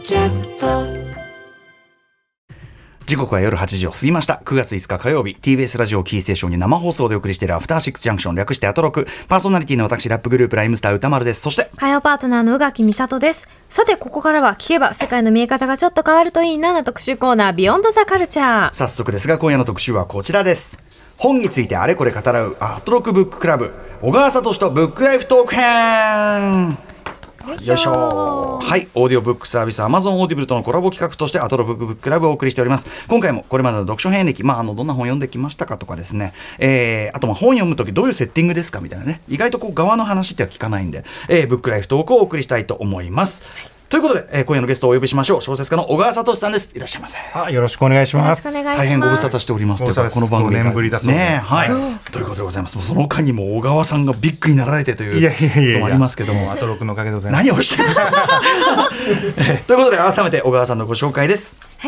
キャスト。 時刻は夜8時を過ぎました。9月5日火曜日、 TBS ラジオキーステーションに生放送でお送りしているアフターシックスジャンクション、略してアトロク。パーソナリティの私、ラップグループライムスター歌丸です。そして火曜パートナーの宇垣美里です。さて、ここからは聞けば世界の見え方がちょっと変わるといいなな特集コーナー、ビヨンドザカルチャー。 早速ですが、今夜の特集はこちらです。本についてあれこれ語らうアトロクブッククラブ、小川聡とブックライフトーク編。よいしょ。はい、オーディオブックサービス Amazon オーディブルとのコラボ企画としてアトロブッククラブをお送りしております。今回もこれまでの読書遍歴、どんな本読んできましたかとかですね、あと本読むときどういうセッティングですかみたいなね、意外と側の話っては聞かないんで、ブックライフトークをお送りしたいと思います。ということで、今夜のゲストをお呼びしましょう。小説家の小川聡さんです。いらっしゃいませ。 よろしくお願いします。 大変ご無沙汰しております。というかこの番組 5年ぶりだそうですね。はい、ということでございます。もうその間にも小川さんがビッグになられてということもありますけども、 アトロクのおかげでございます。 何をおっしゃいますということで、改めて小川さんのご紹介です。 はい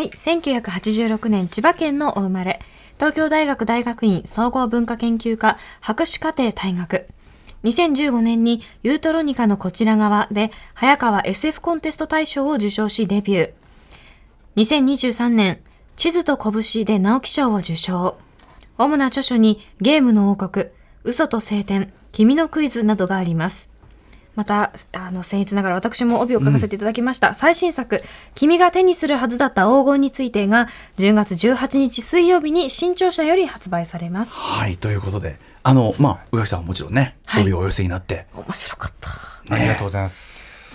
、1986年千葉県のお生まれ、東京大学大学院総合文化研究科博士課程退学。2015年にユートロニカのこちら側で早川 SF コンテスト大賞を受賞しデビュー。2023年、地図と拳で直木賞を受賞。主な著書にゲームの王国、嘘と晴天、君のクイズなどがあります。また、僭越ながら私も帯を書かせていただきました、最新作、君が手にするはずだった黄金についてが10月18日水曜日に新潮社より発売されます。 はい、ということで、宇垣さんはもちろんね、帯をお寄せになって、 面白かった、 ありがとうございます。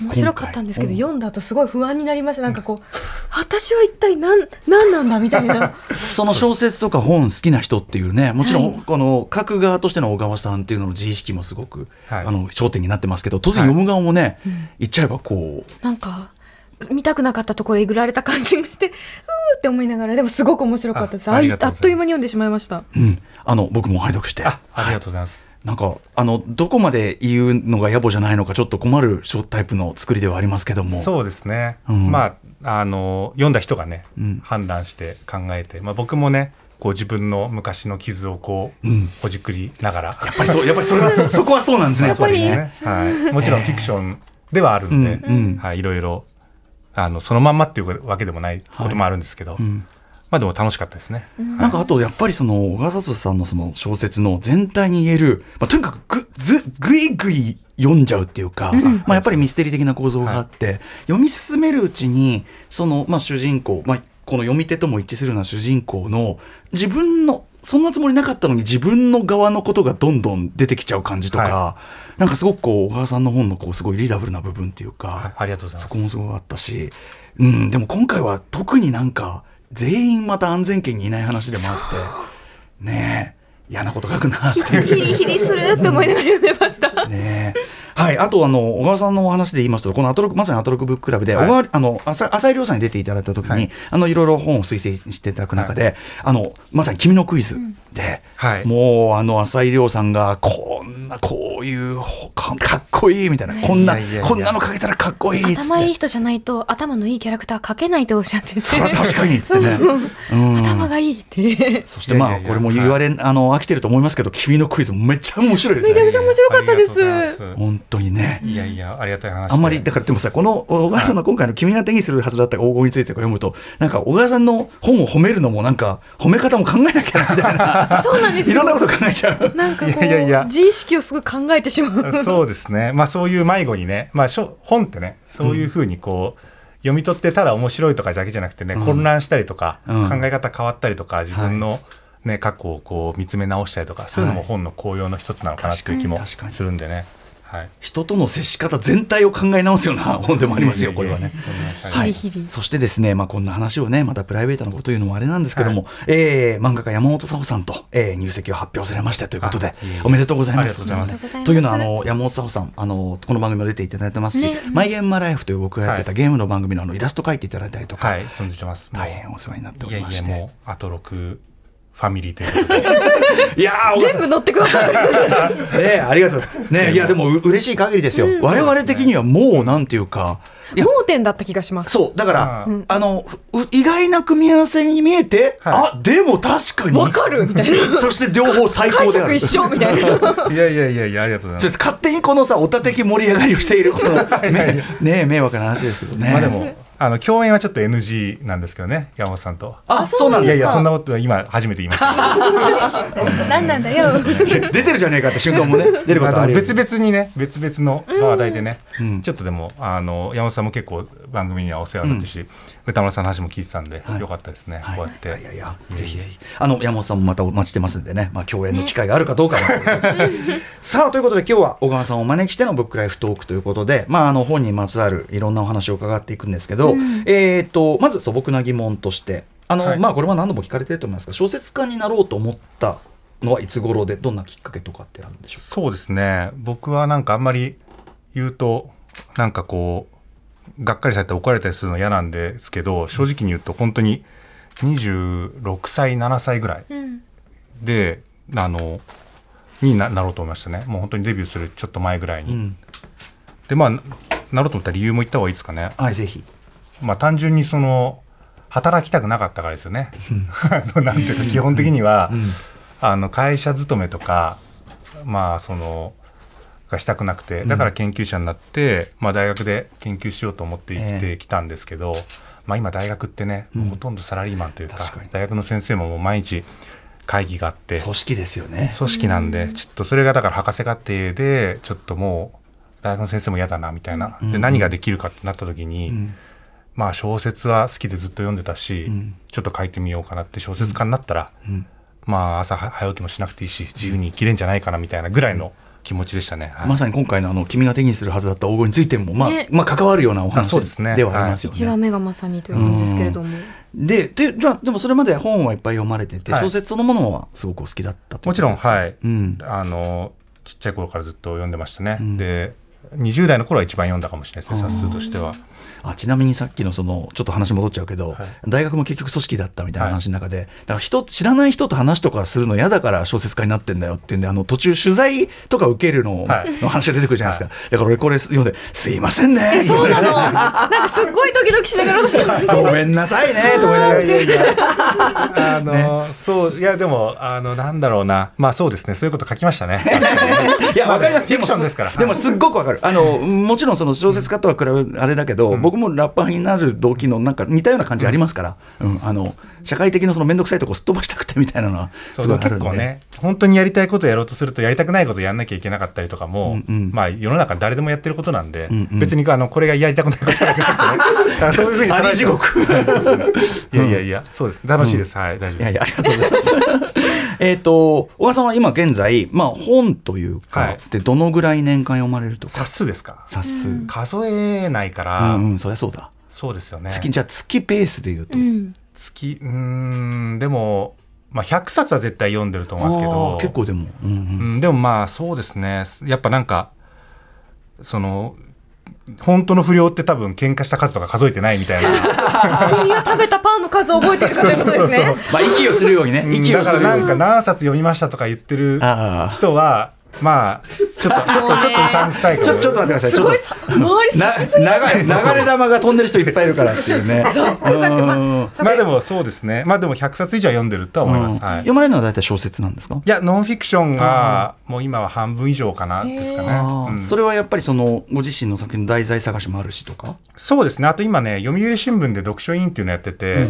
面白かったんですけど、読んだ後すごい不安になりました。なんかこう、私は一体何なんだみたいなその小説とか本好きな人っていうね、もちろん、この書く側としての小川さんっていうのの自意識もすごく、焦点になってますけど、当然読む側もね、言っちゃえばこうなんか見たくなかったところえぐられた感じがしてうーって思いながら、でもすごく面白かったです。あっという間に読んでしまいました。 僕も拝読して、 ありがとうございます。 なんかどこまで言うのが野暮じゃないのかちょっと困るタイプの作りではありますけども、 そうですね、読んだ人がね、判断して考えて、僕もねこう自分の昔の傷をこう、ほじくりながら、 やっぱりそれはそこはそうなんですね。 やっぱりね、もちろんフィクションではあるんで、いろいろそのまんまっていうわけでもないこともあるんですけど、でも楽しかったですね。 なんかあとやっぱりその小川聡さんのその小説の全体に言える、とにかくぐいぐい読んじゃうっていうか、やっぱりミステリー的な構造があって、読み進めるうちにその、主人公、この読み手とも一致するような主人公の自分のそんなつもりなかったのに自分の側のことがどんどん出てきちゃう感じとか、なんかすごくこう小川さんの本のこうすごいリーダブルな部分っていうか、 ありがとうございます。 そこもすごかったし、でも今回は特になんか全員また安全圏にいない話でもあってね、嫌なこと書くなっていうヒリヒリするって思いながら読んでましたね。はい、あと小川さんのお話で言いますと、このまさにアトロクブッククラブで、浅井亮さんに出ていただいた時に、いろいろ本を推薦していただく中で、まさに君のクイズで、もう浅井亮さんがこういうかっこいいみたいな、こんなの書けたらかっこいいっつって、 頭いい人じゃないと頭のいいキャラクター書けないとおっしゃってて、 それは確かにってね頭がいいってそしてこれも言われ飽きてると思いますけど、君のクイズめっちゃ面白いですね。 めちゃめちゃ面白かったです。 本当にね。 いやありがたい話。 あんまりだからでもさ、この小川さんの今回の君が手にするはずだった黄金について読むと、なんか小川さんの本を褒めるのもなんか褒め方も考えなきゃなみたいなそうなんですよ。 いろんなこと考えちゃう。 なんかこう自意識をすごい考えてしまうそうですね。そういう迷子にね、本ってね、そういうふうにこう、読み取ってただ面白いとかだけじゃなくてね、混乱したりとか、考え方変わったりとか、自分の過去をこう見つめ直したりとか、そういうのも本の効用の一つなのかなという気もするんでね。 人との接し方全体を考え直すような本でもありますよ、これはね。そしてですね、こんな話をね、またプライベートなこと言うのもあれなんですけども、漫画家山本佐穂さんと、入籍を発表されましたということで、おめでとうございます。というのは山本佐穂さん、この番組も出ていただいてますし、マイゲームマライフという僕がやってたゲームの番組のイラスト描いていただいたりとか、 存じてます。 大変お世話になっておりまして、 もうあと6ファミリーということでいや全部乗ってくださいね、ありがとうね。いやでも嬉しい限りですよ、我々的にはもうなんていうか盲点だった気がします。 そうだから、意外な組み合わせに見えて、でも確かに分かるみたいなそして両方最高である、 解釈一緒みたいないやありがとうございます。 勝手にこのさおたてき盛り上がりをしているこの迷惑な話ですけどね。 でも共演はちょっと NG なんですけどね、山本さんと。 そうなんですか。 いやいや、そんなことは今初めて言いました何なんだよ出てるじゃねえかって瞬間もね出ることある。 別々にね、別々の話題でね、ちょっとでも山本さんも結構番組にはお世話になってし、歌丸さんの話も聞いてたんで、よかったですね、こうやって。 いやいや、ぜひぜひ山本さんもまたお待ちしてますんでね、共演の機会があるかどうかはさあということで、今日は小川さんをお招きしてのブックライフトークということで、本にまつわるいろんなお話を伺っていくんですけど、まず素朴な疑問としてこれは何度も聞かれてると思いますが、小説家になろうと思ったのはいつ頃で、どんなきっかけとかってあるんでしょうか。 そうですね、僕はなんかあんまり言うとなんかこうがっかりされて怒られたりするの嫌なんですけど、正直に言うと本当に26歳7歳ぐらいで、になろうと思いましたね。もう本当にデビューするちょっと前ぐらいに、でなろうと思った理由も言った方がいいですかね。 ぜひ。 単純に働きたくなかったからですよねなんていうか、基本的には、会社勤めとかがしたくなくて、だから研究者になって、大学で研究しようと思って生きてきたんですけど、今大学ってね、ほとんどサラリーマンというか、大学の先生ももう毎日会議があって、 組織ですよね。 組織なんで、ちょっとそれがだから博士課程でちょっともう大学の先生も嫌だなみたいな、で何ができるかってなった時に、小説は好きでずっと読んでたし、ちょっと書いてみようかなって、小説家になったら、朝早起きもしなくていいし自由に生きれんじゃないかなみたいなぐらいの気持ちでしたね。 まさに今回の君が手にするはずだった黄金についても関わるようなお話ではありますよね。 1話目がまさにという感じですけれども、 でもそれまで本はいっぱい読まれてて、小説そのものはすごくお好きだったということですか。 もちろん、ちっちゃい頃からずっと読んでましたね。で20代の頃は一番読んだかもしれないですね、冊数としては。 ちなみにさっきのちょっと話戻っちゃうけど、大学も結局組織だったみたいな話の中で、だから知らない人と話とかするの嫌だから小説家になってんだよっていうんで、途中取材とか受けるの話が出てくるじゃないですか。だから俺これ読んですいませんね。 そうなのなんかすっごいドキドキしながら私ごめんなさいねと思いながらそういやでもなんだろうな、そうですね、そういうこと書きましたねいやわかります。 フィクションですから。 でもすっごくわかる。もちろんその小説家とは比べるあれだけど、僕もラッパーになる動機のなんか似たような感じありますから、社会的なその面倒くさいとこすっ飛ばしたくてみたいなのはすごいあるんで。 結構ね、本当にやりたいことをやろうとするとやりたくないことをやんなきゃいけなかったりとかも、世の中誰でもやってることなんで、別にこれがやりたくないことじゃなくてねそういうふうにあり地獄いやそうです、楽しいです、大丈夫です。 ありがとうございます小川さんは今現在、本というかってどのぐらい年間読まれるとか。 冊数ですか。 冊数数えないから、 そりゃそうだ。 そうですよね。 じゃあ月ペースでいうと、 月でも、100冊は絶対読んでると思いますけど、 結構でも、 でもそうですね、やっぱなんか本当の不良って多分喧嘩した数とか数えてないみたいな君は食べたパンの数を覚えてるということですね。 息をするようにね、息をするように。 だからなんか何冊読みましたとか言ってる人はちょっとうさんくさいから、 ちょっと待ってください。 すごい周り差しすぎる流れ玉が飛んでる人いっぱいいるからっていうね。 でもそうですね。でも100冊以上は読んでるとは思います。 読まれるのは大体小説なんですか。 いや、ノンフィクションがもう今は半分以上かなですかね。 それはやっぱりご自身の作品の題材探しもあるしとか。 そうですね。あと今ね、読売新聞で読書委員っていうのやってて、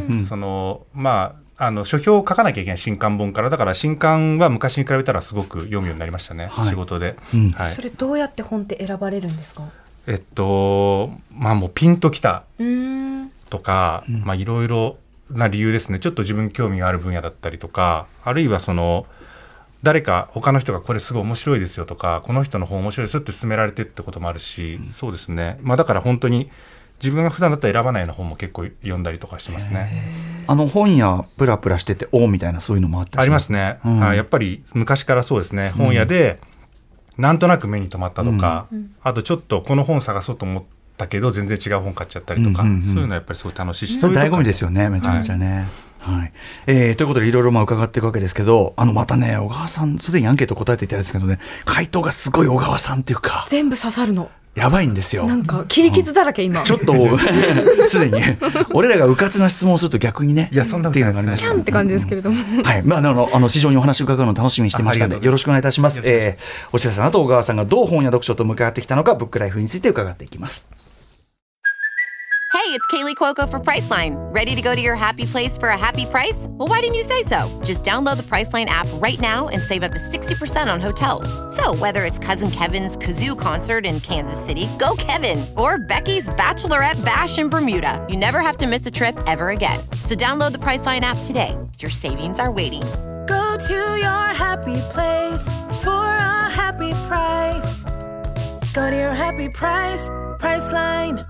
書評を書かなきゃいけない新刊本から、だから新刊は昔に比べたらすごく読むようになりましたね、仕事で。 それどうやって本って選ばれるんですか。 もうピンときたとか、いろいろな理由ですね。ちょっと自分興味がある分野だったりとか、あるいは誰か他の人がこれすごい面白いですよとか、この人の本面白いですよって勧められてってこともあるし、そうですね。だから本当に自分が普段だったら選ばないような本も結構読んだりとかしてますね。 本屋プラプラしててみたいなそういうのもあったりありますね。やっぱり昔からそうですね。本屋でなんとなく目に留まったとか、あとちょっとこの本探そうと思ったけど全然違う本買っちゃったりとか、そういうのはやっぱりすごい楽しいし、 それ醍醐味ですよね、めちゃめちゃね。ということでいろいろ伺っていくわけですけど、またね、小川さんすでにアンケート答えていただいたんですけどね、回答がすごい小川さんっていうか全部刺さるの。 やばいんですよ。 なんか切り傷だらけ今。 ちょっとすでに俺らが迂闊な質問をすると逆にね、 そんなっていうのがあります。 キャンって感じですけれども。 非常にお話を伺うのを楽しみにしてましたので、よろしくお願いいたします。おしさんと小川さんがどう本や読書と向かってきたのか、ブックライフについて伺っていきます。 Hey, it's Kaylee Cuoco for Priceline. Ready to go to your happy place for a happy price? Well, why didn't you say so? Just download the Priceline app right now and save up to 60% on hotels. So whether it's Cousin Kevin's Kazoo Concert in Kansas City, go Kevin, or Becky's Bachelorette Bash in Bermuda, you never have to miss a trip ever again. So download the Priceline app today. Your savings are waiting. Go to your happy place for a happy price. Go to your happy price, Priceline.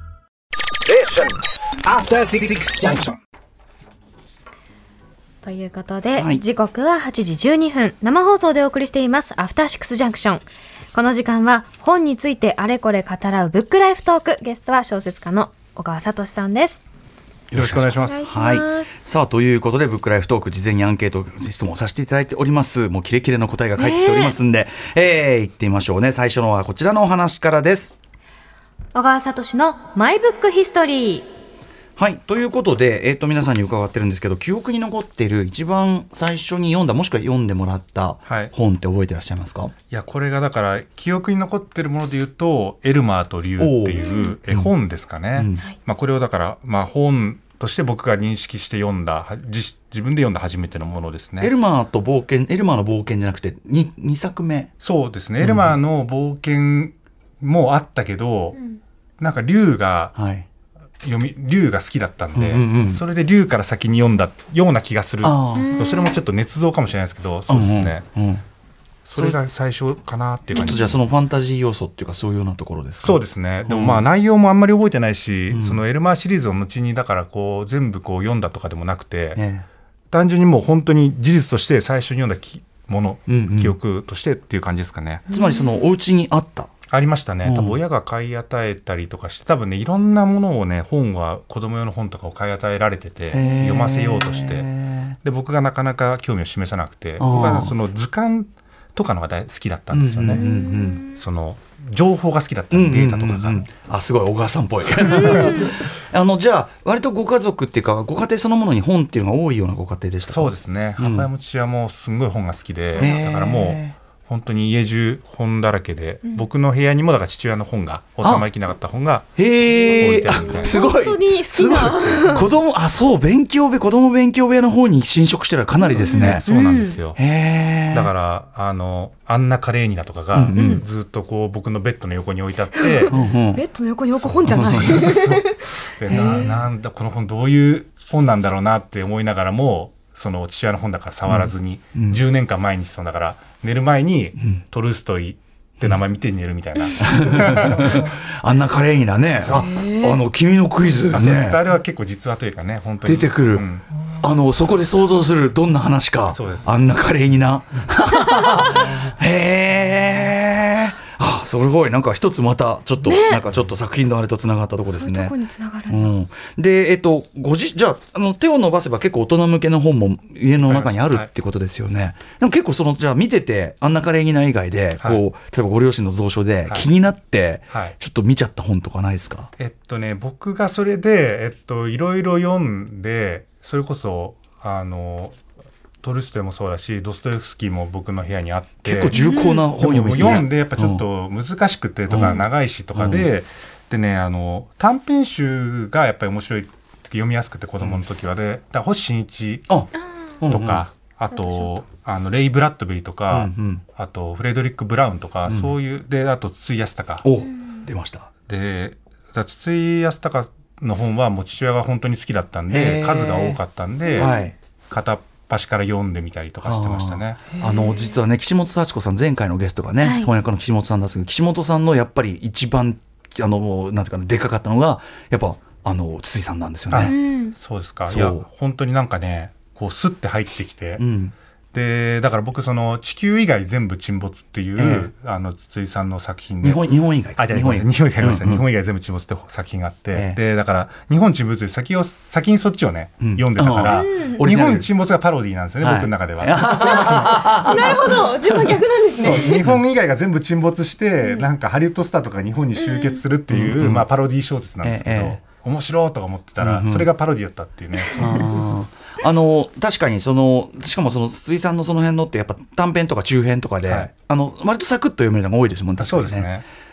After Six Junction。 ということで、 はい時刻は8時12分、生放送でお送りしていますアフターシックスジャンクション。この時間は本についてあれこれ語らうブックライフトーク。ゲストは小説家の小川聡さんです。 よろしくお願いします。 はい、さあということでブックライフトーク事前にアンケート質問させていただいております。もうキレキレの答えが返ってきておりますんで、行ってみましょうね。最初のはこちらのお話からです。 小川聡のマイブックヒストリー。 はい、ということで、皆さんに伺ってるんですけど、記憶に残っている一番最初に読んだもしくは読んでもらった本って覚えてらっしゃいますか？ いやこれがだから記憶に残ってるもので言うとエルマーと竜っていう絵本ですかね、まあ、これをだから、まあ、本として僕が認識して読んだ自分で読んだ初めてのものですね。 エルマーの冒険じゃなくて 2作目。 そうですね、エルマーの冒険もあったけど、なんか竜が竜が好きだったんで、それで竜から先に読んだような気がする。それもちょっと捏造かもしれないですけど、そうですね、それが最初かなっていう感じ。 じゃあそのファンタジー要素っていうかそういうようなところですか？ そうですね。でもまあ内容もあんまり覚えてないし、そのエルマーシリーズを後にだからこう全部こう読んだとかでもなくて、単純にもう本当に事実として最初に読んだもの、記憶としてっていう感じですかね。 つまりそのお家にあったありましたね。多分親が買い与えたりとかして、多分ねいろんなものをね、本は子供用の本とかを買い与えられてて、読ませようとして、で僕がなかなか興味を示さなくて、僕はその図鑑とかのが好きだったんですよね。その情報が好きだったんで、データとかが、 すごい小川さんっぽいじゃあ割とご家族っていうかご家庭そのものに本っていうのが多いようなご家庭でしたか？ そうですね、母親も父親もすごい本が好きで、だからもう本当に家中本だらけで、僕の部屋にもだから父親の本が収まりきなかった本が置いてあるみたいな。 すごい本当に好きな子供そう子供勉強部屋の方に侵食してるのはかなりですね。 そうなんですよ。だからアンナ・カレーニナとかがずっとこう僕のベッドの横に置いてあって、 ベッドの横に置く本じゃない。 でなんだこの本どういう本なんだろうなって思いながらも、その父親の本だから触らずに、10年間前にそうだから寝る前にトルストイって名前見て寝るみたいな、 あんなカレーニナね。君のクイズね、 あれは結構実話というかね、本当に出てくる、そこで想像するどんな話か。 そうです。 あんなカレーニナへー、すごいなんか一つまたちょっと、なんかちょっと作品のあれとつながったところですね。 そういうとこにつながるんだ。 でじゃあ手を伸ばせば結構大人向けの本も家の中にあるってことですよね。でも結構じゃあ見ててアンナ・カレーニナ以外でこう、例えばご両親の蔵書で気になって、ちょっと見ちゃった本とかないですか？ 僕がそれでいろいろ読んで、それこそトルストイもそうだしドストエフスキーも僕の部屋にあって、 結構重厚な本読みですね。 読んでやっぱちょっと難しくてとか長いしとかで、でね短編集がやっぱり面白い読みやすくて子供の時はで、星新一とか、あとレイ・ブラッドベリーとか、あとフレドリック・ブラウンとか、そういうで、あと筒井康隆出ました。 で筒井康隆の本はもう父親が本当に好きだったんで、数が多かったんで、片っ端から読んでみたりとかしてましたね。 実はね、岸本幸子さん前回のゲストがね、翻訳の岸本さんですけど、岸本さんのやっぱり一番なんていうかでかかったのがやっぱ筒井さんなんですよね。 そうですか。いや本当になんかね、こうスッて入ってきて、でだから僕その地球以外全部沈没っていう、筒井さんの作品で、 日本以外日本以外全部沈没って作品があって、でだから日本沈没で先にそっちをね、読んでたから、日本沈没がパロディーなんですよね、僕の中では。 なるほど、順番逆なんですね。 そう、日本以外が全部沈没して、なんかハリウッドスターとか日本に集結するっていう、パロディー小説なんですけど、面白いとか思ってたら、それがパロディだったっていうね。 確かにしかもその筒井さんのその辺のってやっぱ短編とか中編とかで、割とサクッと読めるのが多いですもん。確かにね。 そうですね。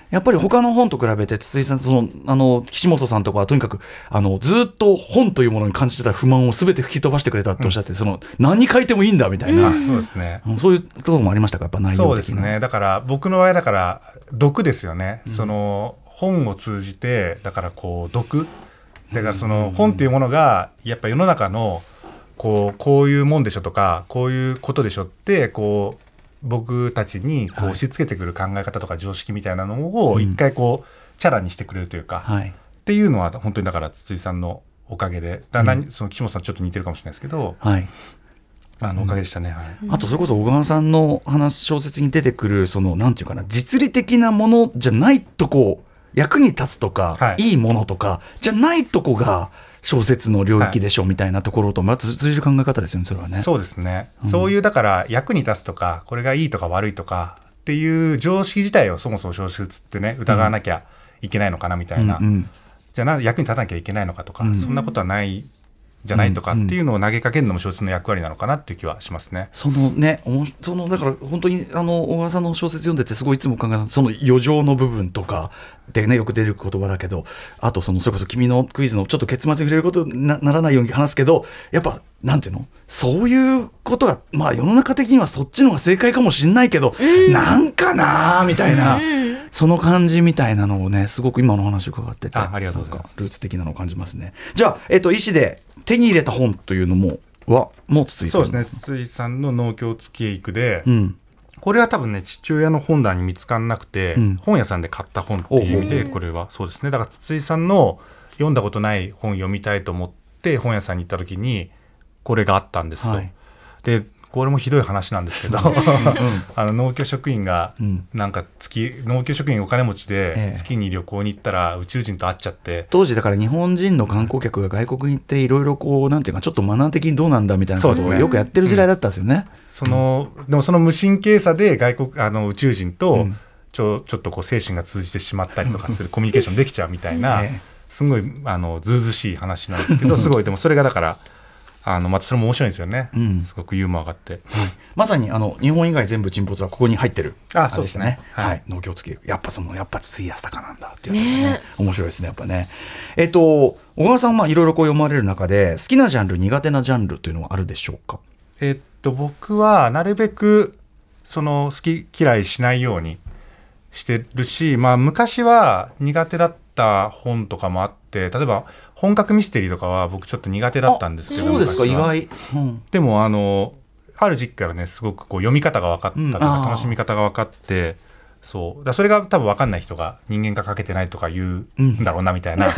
やっぱり他の本と比べて筒井さん岸本さんとかはとにかくずっと本というものに感じてた不満を全て吹き飛ばしてくれたっておっしゃって、何書いてもいいんだみたいな、 そうですね、 そういうところもありましたか、やっぱ内容的な。 そうですね、だから僕の場合だから読ですよね、本を通じてだからこう読だから本というものがやっぱ世の中のこういうもんでしょとかこういうことでしょってこう僕たちにこう押し付けてくる考え方とか常識みたいなのを一回こうチャラにしてくれるというか、っていうのは本当にだから筒井さんのおかげでその岸本さんちょっと似てるかもしれないですけど、おかげでしたね。 あとそれこそ小川さんの小説に出てくるなんていうかな、実利的なものじゃないとこ役に立つとか、いいものとかじゃないとこが小説の領域でしょみたいなところとまず通じる考え方ですよね、それはね。 そうですね、そういうだから役に立つとかこれがいいとか悪いとかっていう常識自体をそもそも小説ってね疑わなきゃいけないのかなみたいな、じゃあ役に立たなきゃいけないのかとか、そんなことはないじゃないとかっていうのを投げかけるのも小説の役割なのかなっていう気はしますね。 だから本当に小川さんの小説読んでてすごいいつも考えた余剰の部分とかでねよく出る言葉だけど、あとそれこそ君のクイズのちょっと結末に触れることに ならないように話すけど、やっぱなんていうの、そういうことが世の中的にはそっちの方が正解かもしれないけど、なんかなみたいな、その感じみたいなのをねすごく今の話を伺ってて、 ありがとうございます。 ルーツ的なのを感じますね。じゃあ、医師で手に入れた本というのもう筒井さん。 そうですね、筒井さんの農協月へ行くで、これは多分ね父親の本棚に見つからなくて、本屋さんで買った本っていう意味で、これはそうですね、だから筒井さんの読んだことない本読みたいと思って本屋さんに行った時にこれがあったんですよ、でこれもひどい話なんですけど農協職員がなんか農協職員お金持ちで月に旅行に行ったら宇宙人と会っちゃって、 当時だから日本人の観光客が外国に行っていろいろなんていうかちょっとマナー的にどうなんだみたいなことをよくやってる時代だったんですよね。 でもその無神経さで宇宙人とちょっとこう精神が通じてしまったりとかするコミュニケーションできちゃうみたいなすごいずうずしい話なんですけどすごいでもそれがだからまたそれも面白いんですよね、すごくユーモアがあって、 まさに日本以外全部沈没はここに入ってる。 そうですね、 農協付きやっぱ筒井康隆なんだっていうのがね面白いですねやっぱね。小川さんはいろいろ読まれる中で好きなジャンル苦手なジャンルというのはあるでしょうか。 僕はなるべく好き嫌いしないようにしてるし、昔は苦手だった本とかもあって、例えば本格ミステリーとかは僕ちょっと苦手だったんですけど、 そうですか、意外、 でもある時期からねすごくこう読み方が分かったとか、楽しみ方が分かって、それが多分分かんない人が人間が書けてないとか言うんだろうなみたいな、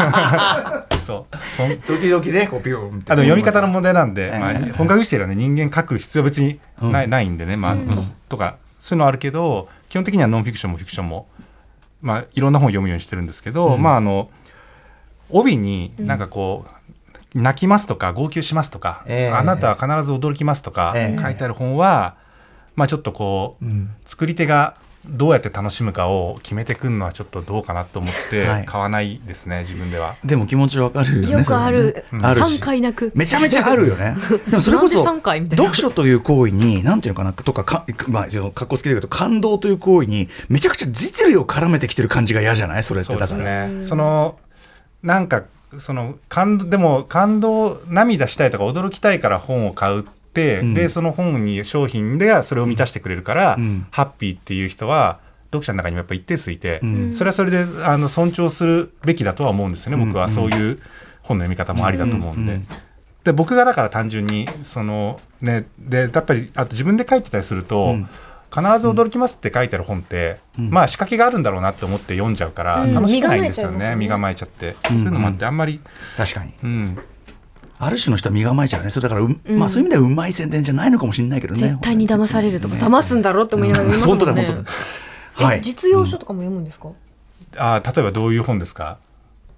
時々ねこうピューンって読み方の問題なんで、本格ミステリーはね人間書く必要は別にないんでね、とかそういうのあるけど、基本的にはノンフィクションもフィクションも、いろんな本を読むようにしてるんですけど、帯になんかこう泣きますとか号泣しますとか、あなたは必ず驚きますとか書いてある本は、ちょっとこう、作り手がどうやって楽しむかを決めてくるのはちょっとどうかなと思って買わないですね、自分では。 でも気持ちわかるよね。 よくある、3回泣くめちゃめちゃあるよね。でもそれこそ読書という行為になんていうのかなとかかっこ好きだけど感動という行為にめちゃくちゃ実利を絡めてきてる感じが嫌じゃない、それって。だからそうですね、なんかでも感動涙したいとか驚きたいから本を買うでその本に商品でそれを満たしてくれるから、ハッピーっていう人は読者の中にもやっぱ一定数いて、それはそれで尊重するべきだとは思うんですよね、僕は。そういう本の読み方もありだと思うんで、で僕がだから単純にでやっぱりあと自分で書いてたりすると、必ず驚きますって書いてある本って、仕掛けがあるんだろうなって思って読んじゃうから楽しくないんですよね、身構えちゃって、そういうのもあってあんまり確かに、ある種の人は身構えちゃうね。それだからそういう意味ではうまい宣伝じゃないのかもしれないけどね。 絶対に騙されるとか、騙すんだろうって思いながら読みますもんね。 本当だ。 実用書とかも読むんですか？ 例えばどういう本ですか？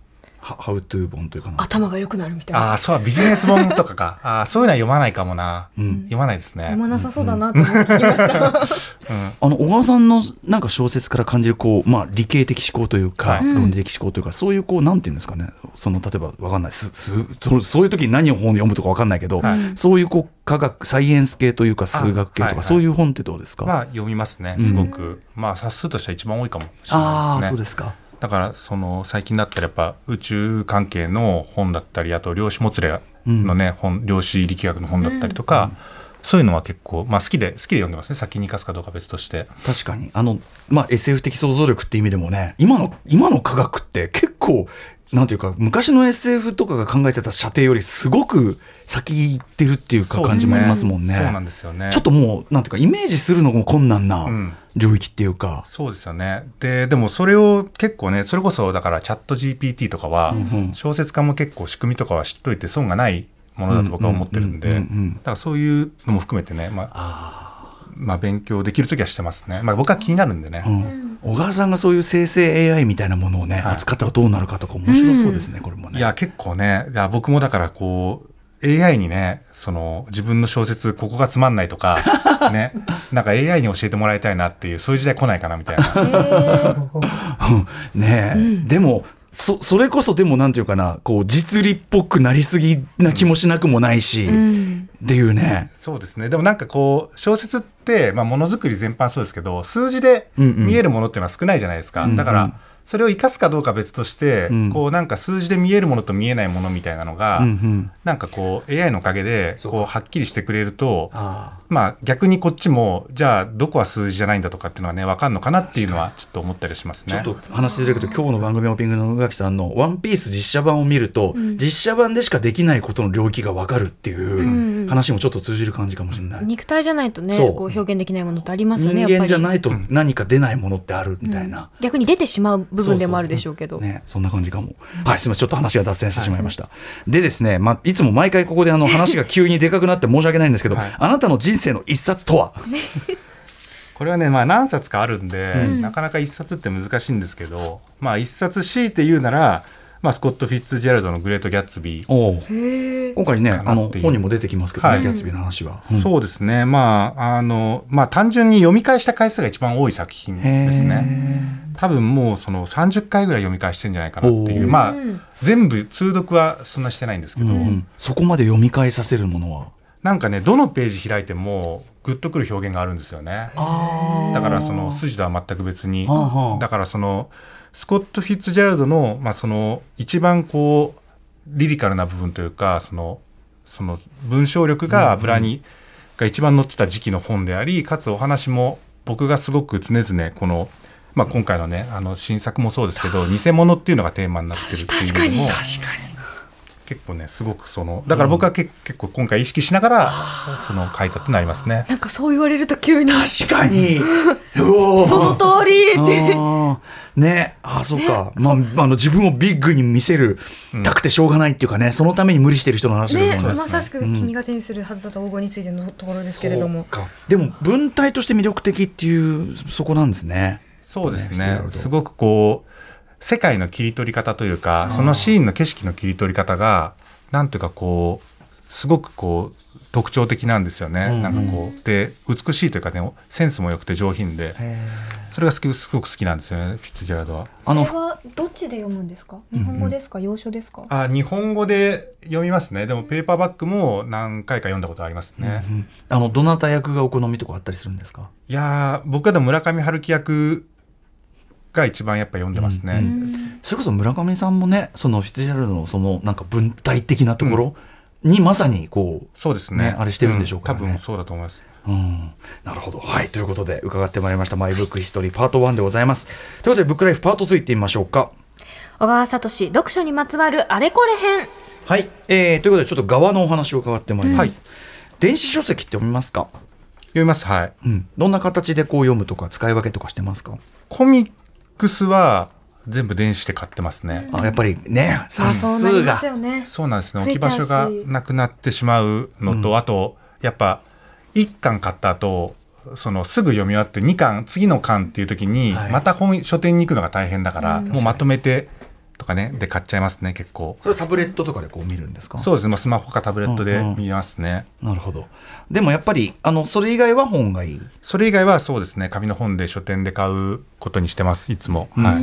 ハウトゥー本というかな。 頭が良くなるみたいな。 ああ、そうビジネス本とかか。そういうのは読まないかもな。読まないですね。 読まなさそうだなと思って聞きました。 小川さんのなんか小説から感じるこう、理系的思考というか、論理的思考というか、そういうこうなんていうんですかね、その例えばわかんないそういう時に何を本を読むとかわかんないけど、そういうこう科学サイエンス系というか数学系とか、そういう本ってどうですか？ 読みますね。すごく、冊数としては一番多いかもしれないですね。 そうですか。 だから最近だったらやっぱ宇宙関係の本だったり、あと量子もつれのね、量子力学の本だったりとか、そういうのは結構、好きで読んでますね。先に生かすかどうか別として。 確かにSF 的想像力って意味でもね、今の科学って結構なんていうか、昔の SF とかが考えてた射程よりすごく先行ってるっていうか感じもありますもんね。 そうなんですよね。 ちょっともうなんていうかイメージするのも困難な領域っていうか、 そうですよね。でもそれを結構ね、それこそだからチャット GPT とかは、小説家も結構仕組みとかは知っといて損がないものだと僕は思ってるんで、だからそういうのも含めてね、勉強できるときはしてますね。僕は気になるんでね。 小川さんがそういう生成 AI みたいなものをね、扱ったらどうなるかとか面白そうですね、これもね。 いや結構ね、僕もだからAI にね、自分の小説ここがつまんないとかね、なんか AI に教えてもらいたいなっていう、そういう時代来ないかなみたいな。 ねえ、でもそれこそでもなんていうかな、こう実利っぽくなりすぎな気もしなくもないし、っていうね。 そうですね。でもなんか小説って、ものづくり全般そうですけど、数字で見えるものっていうのは少ないじゃないですか。だからそれを生かすかどうか別として、なんか数字で見えるものと見えないものみたいなのが、なんかAI のおかげではっきりしてくれると、逆にこっちもじゃあどこは数字じゃないんだとかっていうのはね、分かんのかなっていうのはちょっと思ったりしますね。 ちょっと話しづらいけど、今日の番組オープニングの宇垣さんのワンピース実写版を見ると、実写版でしかできないことの領域が分かるっていう話もちょっと通じる感じかもしれない。 肉体じゃないとね、表現できないものってありますよね。 人間じゃないと何か出ないものってあるみたいな、 逆に出てしまう部分でもあるでしょうけど、 そんな感じかも。はい、すみません、ちょっと話が脱線してしまいました。でですね、いつも毎回ここで話が急にでかくなって申し訳ないんですけど、あなたの人生の一冊とは？ これはね、何冊かあるんで、なかなか一冊って難しいんですけど、一冊強いて言うなら、スコット・フィッツジェラルドのグレート・ギャッツビー。 今回ね、本にも出てきますけどね、ギャッツビーの話は。 そうですね。単純に読み返した回数が一番多い作品ですね。多分もう30回ぐらい読み返してるんじゃないかなっていう。全部通読はそんなしてないんですけど、 そこまで読み返させるものはなんかね、どのページ開いてもグッとくる表現があるんですよね。だから筋とは全く別に、だからスコット・フィッツジェラルドの、一番リリカルな部分というか、その文章力が油に、が一番載ってた時期の本であり、かつお話も僕がすごく常々今回のね、新作もそうですけど、偽物っていうのがテーマになってるっていうのも結構ね、すごくだから僕は結構今回意識しながら書いたってなりますね。 なんかそう言われると急に確かにその通りってね、そうか、自分をビッグに見せるたくてしょうがないっていうかね、そのために無理してる人の話だと思いますね。 まさしく君が手にするはずだった黄金についてのところですけれども、 でも文体として魅力的っていうそこなんですね。 そうですね。すごく世界の切り取り方というか、そのシーンの景色の切り取り方がなんていうかすごく特徴的なんですよね。なんかで美しいというかね、センスも良くて上品で、それがすごく好きなんですよね、フィッツジェラルドは。 これはどっちで読むんですか？日本語ですか？洋書ですか？ 日本語で読みますね。でもペーパーバッグも何回か読んだことありますね。 どなた役がお好みとかあったりするんですか？ いや僕はでも村上春樹役が一番やっぱ読んでますね。 それこそ村上さんもね、そのフィッツジェラルドのなんか文体的なところにまさにそうですね、 あれしてるんでしょうかね。 多分そうだと思います。 なるほど。はい、ということで伺ってまいりましたマイブックヒストリーパート1でございます。ということでブックライフパート2いってみましょうか。 小川聡読書にまつわるあれこれ編。 はい、ということでちょっと側のお話を伺ってまいります。電子書籍って読みますか？ 読みます。はい。 どんな形で読むとか使い分けとかしてますか？ コミックスは全部電子で買ってますね。 やっぱりね、冊数がそうなんですね。置き場所がなくなってしまうのと、あとやっぱ1巻買った後すぐ読み終わって2巻次の巻っていう時にまた書店に行くのが大変だから、もうまとめてとかねで買っちゃいますね結構。 それタブレットとかでこう見るんですか？ そうですね、スマホかタブレットで見ますね。 なるほど。でもやっぱりそれ以外は本がいい？ それ以外はそうですね、紙の本で書店で買うことにしてますいつも、はい。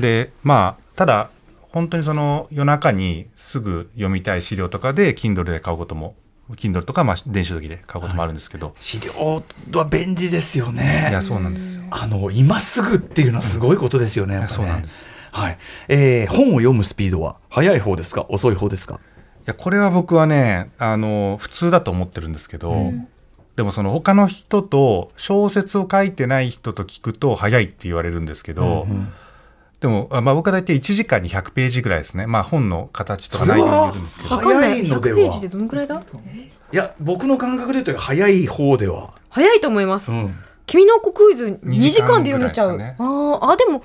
でまあただ本当にその夜中にすぐ読みたい資料とかで Kindle で買うことも Kindle とかまあ電子書籍で買うこともあるんですけど、 資料は便利ですよね。 いやそうなんですよ。 今すぐっていうのはすごいことですよね。やっぱね、 そうなんです。 はい。本を読むスピードは速い方ですか遅い方ですか？ いやこれは僕はね普通だと思ってるんですけど、でもその他の人と小説を書いてない人と聞くと早いって言われるんですけど、でも、まあ、僕は大体1時間に100ページぐらいですね。まあ本の形とか内容によるんですけど。 わかんない。 早いのでは 100ページでどのくらいだ？ いや僕の感覚で言うと早い方では。 早いと思います。君の子クイズ2時間で読めちゃう。 ね、 でも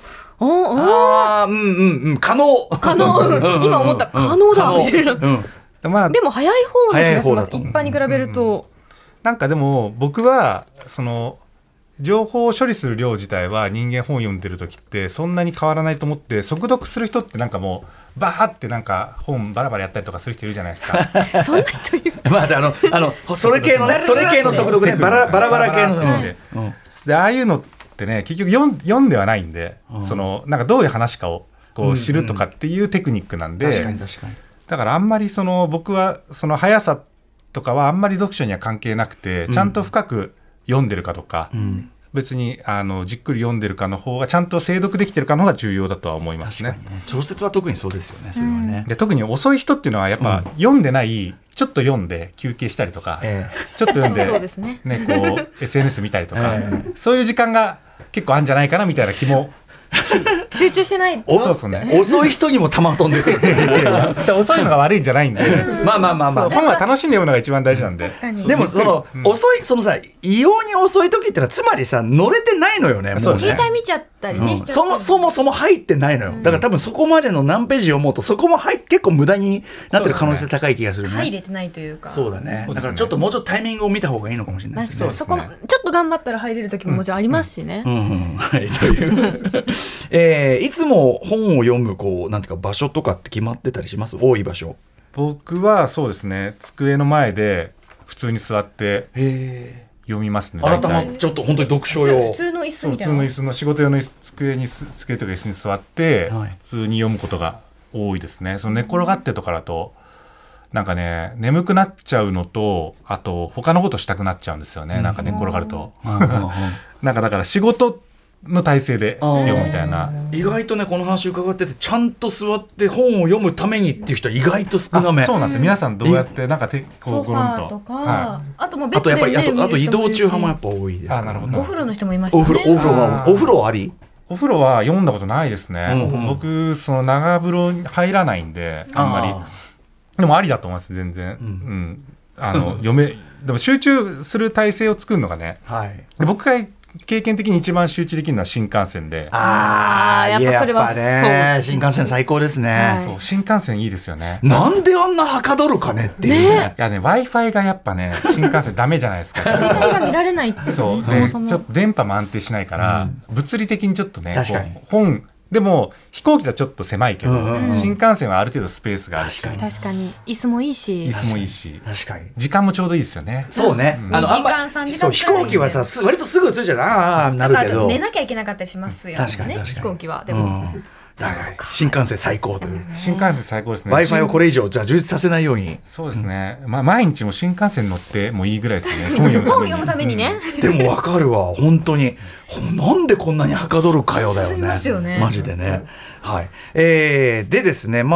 可能今思った可能だみたいな。 まあ、 でも早い方な気がします。一般に比べると。 なんかでも僕はその情報を処理する量自体は人間本読んでる時ってそんなに変わらないと思って、速読する人ってなんかもうバーってなんか本バラバラやったりとかする人いるじゃないですか。 そんな人いる。 まあそれ系のね、それ系の速読ね、バラバラ系のでああいうのってね結局読んではないんで、そのなんかどういう話かをこう知るとかっていうテクニックなんで、 確かに確かに。 だからあんまりその僕はその速さとかはあんまり読書には関係なくて、ちゃんと深く読んでるかとか、別にじっくり読んでるかの方がちゃんと精読できてるかの方が重要だとは思いますね。 確かにね、小説は特にそうですよね。それはね。 で特に遅い人っていうのはやっぱ読んでない、ちょっと読んで休憩したりとか、ちょっと読んでそうですね、 こう SNS 見たりとか、そういう時間が結構あるんじゃないかなみたいな気も。 集中してない。 そうそうね。 遅い人にも弾飛んでくる。 遅いのが悪いんじゃないんで。 まあ本は楽しんで読むのが一番大事なんで。 確かに。 でも遅いさ異様に遅い時ってのはつまりさ乗れてないのよね。もうね。 携帯見ちゃったりね。 そもそも入ってないのよ。だから多分そこまでの何ページ読もうとそこも結構無駄になってる可能性高い気がするね。 入れてないというか。 そうだね。だからちょっともうちょっとタイミングを見た方がいいのかもしれないですね。 そこちょっと頑張ったら入れる時ももちろんありますしね。 はいという。いつも本を読むなんていうか場所とかって決まってたりします？多い場所。 僕はそうですね、机の前で普通に座って読みますね。 あなたもちょっと本当に読書用。 普通の椅子みたいな。 普通の椅子の仕事用の机とか椅子に座って、普通に読むことが多いですね。その寝転がってとかだとなんかね眠くなっちゃうのと、あと他のことしたくなっちゃうんですよね。なんか寝転がるとなんかだから仕事の体勢で読むみたいな。 意外とねこの話伺っててちゃんと座って本を読むためにっていう人は意外と少なめ。 そうなんですよ。皆さんどうやってなんかこうゴロンとか、あともうベッドでやっぱりあと移動中派もやっぱ多いです。 なるほど。 お風呂の人もいましたね。 お風呂あり？ お風呂は読んだことないですね。僕その長風呂に入らないんであんまり。でもありだと思います全然。でも集中する体勢を作るのがね。僕が経験的に一番集中できるのは新幹線で。 やっぱそれはね、新幹線最高ですね。 そう新幹線いいですよね。 なんであんなはかどるかねっていうね。 いやね Wi-Fi がやっぱね新幹線ダメじゃないですか。 携帯が見られないってね。 そうでちょっと電波も安定しないから、物理的にちょっとね本でも飛行機だとちょっと狭いけど、新幹線はある程度スペースがあるし、 確かに椅子もいいし、 確かに時間もちょうどいいですよね。 そうね。 2時間3時間飛行機はさ割とすぐ着いちゃうなるけど、 寝なきゃいけなかったりしますよね。飛行機はでも。 新幹線最高という。 新幹線最高ですね。 Wi-Fi をこれ以上じゃあ充実させないように。 そうですね、毎日も新幹線乗ってもいいぐらいですよね。 本読むためにね。 でも分かるわ本当に。なんでこんなにはかどるかよだよね。マジでね。はい。でですね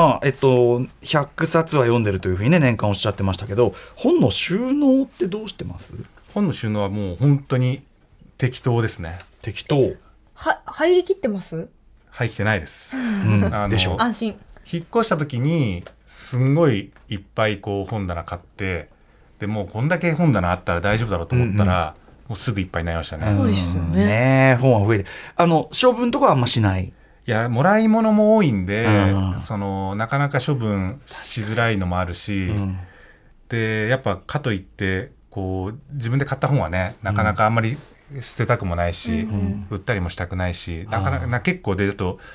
100冊は読んでるというふうにね年間おっしゃってましたけど、本の収納ってどうしてます？ 本の収納はもう本当に適当ですね。 適当。 入りきってます？ 入ってないです。 でしょ。 安心。 引っ越した時にすんごいいっぱいこう本棚買って、でもうこんだけ本棚あったら大丈夫だろうと思ったら、もうすぐいっぱいになりましたね。 そうですよね。 本は増えて処分とかはあんましない。 いやもらい物も多いんで、なかなか処分しづらいのもあるし、でやっぱかといってこう自分で買った本はねなかなかあんまり捨てたくもないし、売ったりもしたくないし、なかなか結構出ると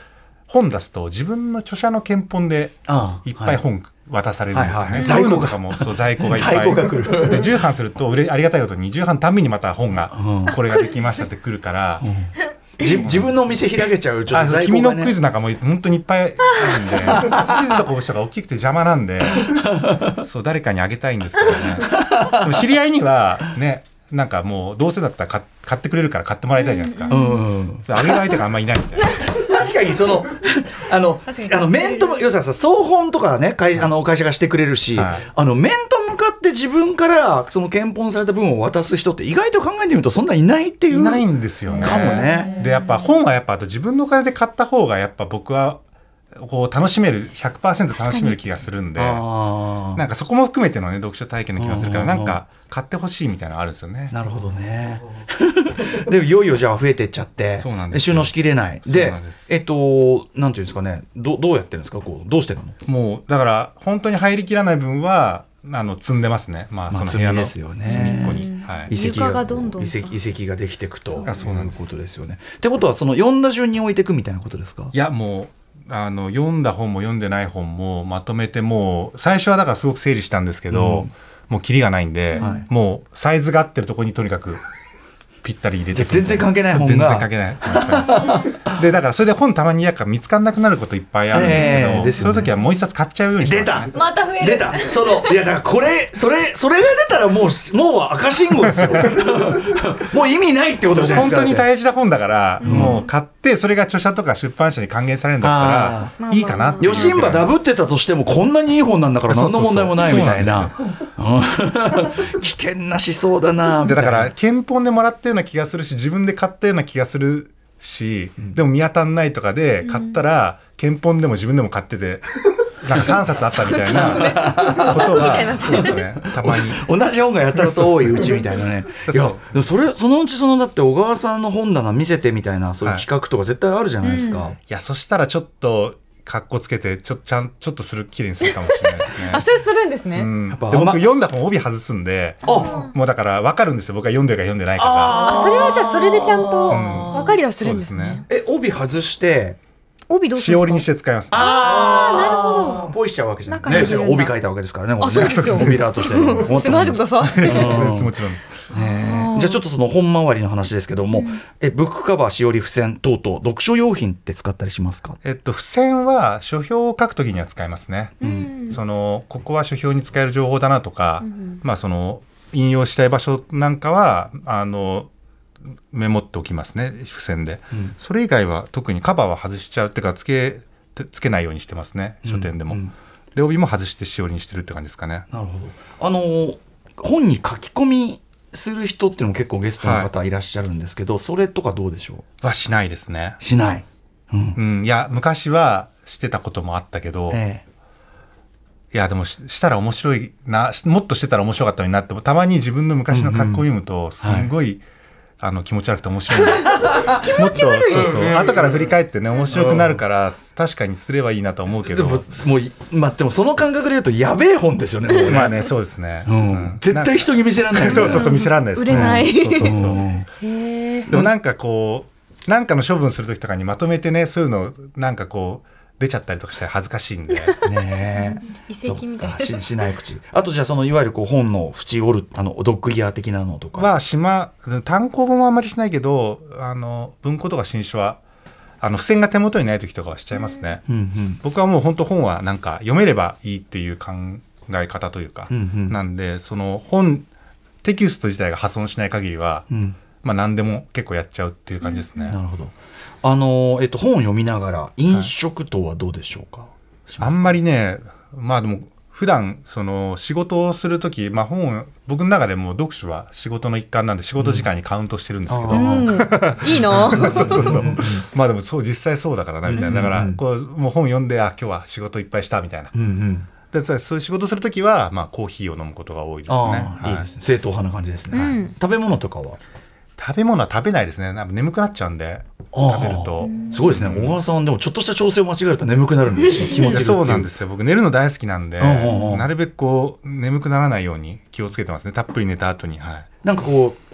本出すと自分の著者の検本でいっぱい本渡されるんですよね、 はいはい、 そういうのとかもそう在庫がいっぱい在庫が来るで重版するとありがたいことに重版たんびにまた本がこれができましたって来るから、 自分のお店開けちゃうちょっと在庫が、ね、 君のクイズなんかも本当にいっぱいあるんで地図とか押したが大きくて邪魔なんでそう誰かにあげたいんですけどねでも知り合いにはねなんかもうどうせだったら買ってくれるから買ってもらいたいじゃないですか、それあげる相手があんまりいないみたいな確かにその面と要するにさ総本とかね会社がしてくれるし、はい、面と向かって自分からその検本された分を渡す人って意外と考えてみるとそんないないっていういないんですよねかもね。 でやっぱ本はやっぱあと自分のお金で買った方がやっぱ僕はこう楽しめる 100% 楽しめる気がするんでなんかそこも含めてのね読書体験の気がするからなんか買ってほしいみたいなのあるんですよね。 なるほどねでいよいよじゃあ増えてっちゃってそうなんです収納しきれないでなんていうんですかねどうやってるんですかこうどうしてるのもうだから本当に入りきらない分は積んでますね、まあ、その部屋の隅っこに、はい、 遺跡がどんどん遺跡ができていくとそうなんですいうことですよね。ってことはその読んだ順に置いていくみたいなことですか。 いやもう読んだ本も読んでない本もまとめてもう最初はだからすごく整理したんですけど、もうキリがないんで、もうサイズが合ってるところにとにかくぴったり入れて全然関係ない本が全然関係ないでだからそれで本たまにやっぱ見つからなくなることいっぱいあるんですけど、 ですよね、 そういう時はもう一冊買っちゃうようにしてます、ね、 また増える出たいやだからそれが出たらもう赤信号ですよもう意味ないってことじゃないですか。 本当に大事な本だから、もう買ってそれが著者とか出版社に還元されるんだったらいいかなっていう。 余震波ダブってたとしてもこんなにいい本なんだから何の問題もないみたいな危険な思想だな。 でだから検本でもらったような気がするし自分で買ったような気がするし、でも見当たんないとかで買ったら、検本でも自分でも買っててなんか3冊あったみたいなことがそうですね、たまに同じ本がやったらと多いうちみたいなねいやでもそのうちだって小川さんの本棚見せてみたいなそういう企画とか絶対あるじゃないですか、 いやそしたらちょっとかっこつけてちょっと綺麗にするかもしれないですねそれするんですね、 で僕読んだ本帯外すんでもうだから分かるんですよ、僕は読んでるか読んでないかが。 それはじゃあそれでちゃんと分かりはするんですね、 帯外して帯どうすしおりにして使います、ね、 なるほどポイしちゃうわけじゃないね。帯書いたわけですからね。 そうですよ。 帯だとしてしないでくださいもちろんじゃあちょっとその本周りの話ですけども、ブックカバー、しおり、付箋等々読書用品って使ったりしますか。 付箋は書評を書くときには使いますね、ここは書評に使える情報だなとか、引用したい場所なんかはメモっておきますね、付箋で、それ以外は特にカバーは外しちゃうっていうかつけないようにしてますね、書店でも、で帯も外してしおりにしてるって感じですかね。 なるほど。本に書き込みする人っていうのも結構ゲストの方いらっしゃるんですけど、それとかどうでしょう。 はしないですね。 しない、 いや昔はしてたこともあったけど、いやでもしたら面白いな、もっとしてたら面白かったのになって、たまに自分の昔の書き込み読むとすんごい、気持ち悪くて面白いもっと後から振り返ってね面白くなるから、確かにすればいいなと思うけど、 でもその感覚で言うとやべえ本ですよね。 まあね、そうですね、 絶対人に見せられないそう見せられないです、 売れないでもなんかこうなんかの処分する時とかにまとめてね、そういうのなんかこう出ちゃったりとかしたら恥ずかしいんでね遺跡みたいなしない口。あとじゃあいわゆる本の縁折るドッグギア的なのとかは単行本はあんまりしないけど文庫とか新書は付箋が手元にない時とかはしちゃいますね、僕はもう本当本はなんか読めればいいっていう考え方というか、なんでそのテキスト自体が破損しない限りは、何でも結構やっちゃうっていう感じですね、 なるほど。本を読みながら飲食とはどうでしょうか。 あんまりね、でも普段仕事をするとき、僕の中でも読書は仕事の一環なんで仕事時間にカウントしてるんですけど、 いいなそうでも実際そうだからなみたいな、だからもう本読んで今日は仕事いっぱいしたみたいな、でそういう仕事するときはコーヒーを飲むことが多いですね。 いいですね、正統派な感じですね、食べ物とかは食べ物は食べないですね。眠くなっちゃうんで食べると。 すごいですね。小川さんでもちょっとした調整を間違えると眠くなるんですし、気持ちがそうなんですよ。僕寝るの大好きなんで、なるべく眠くならないように気をつけてますね。たっぷり寝た後に、 なんか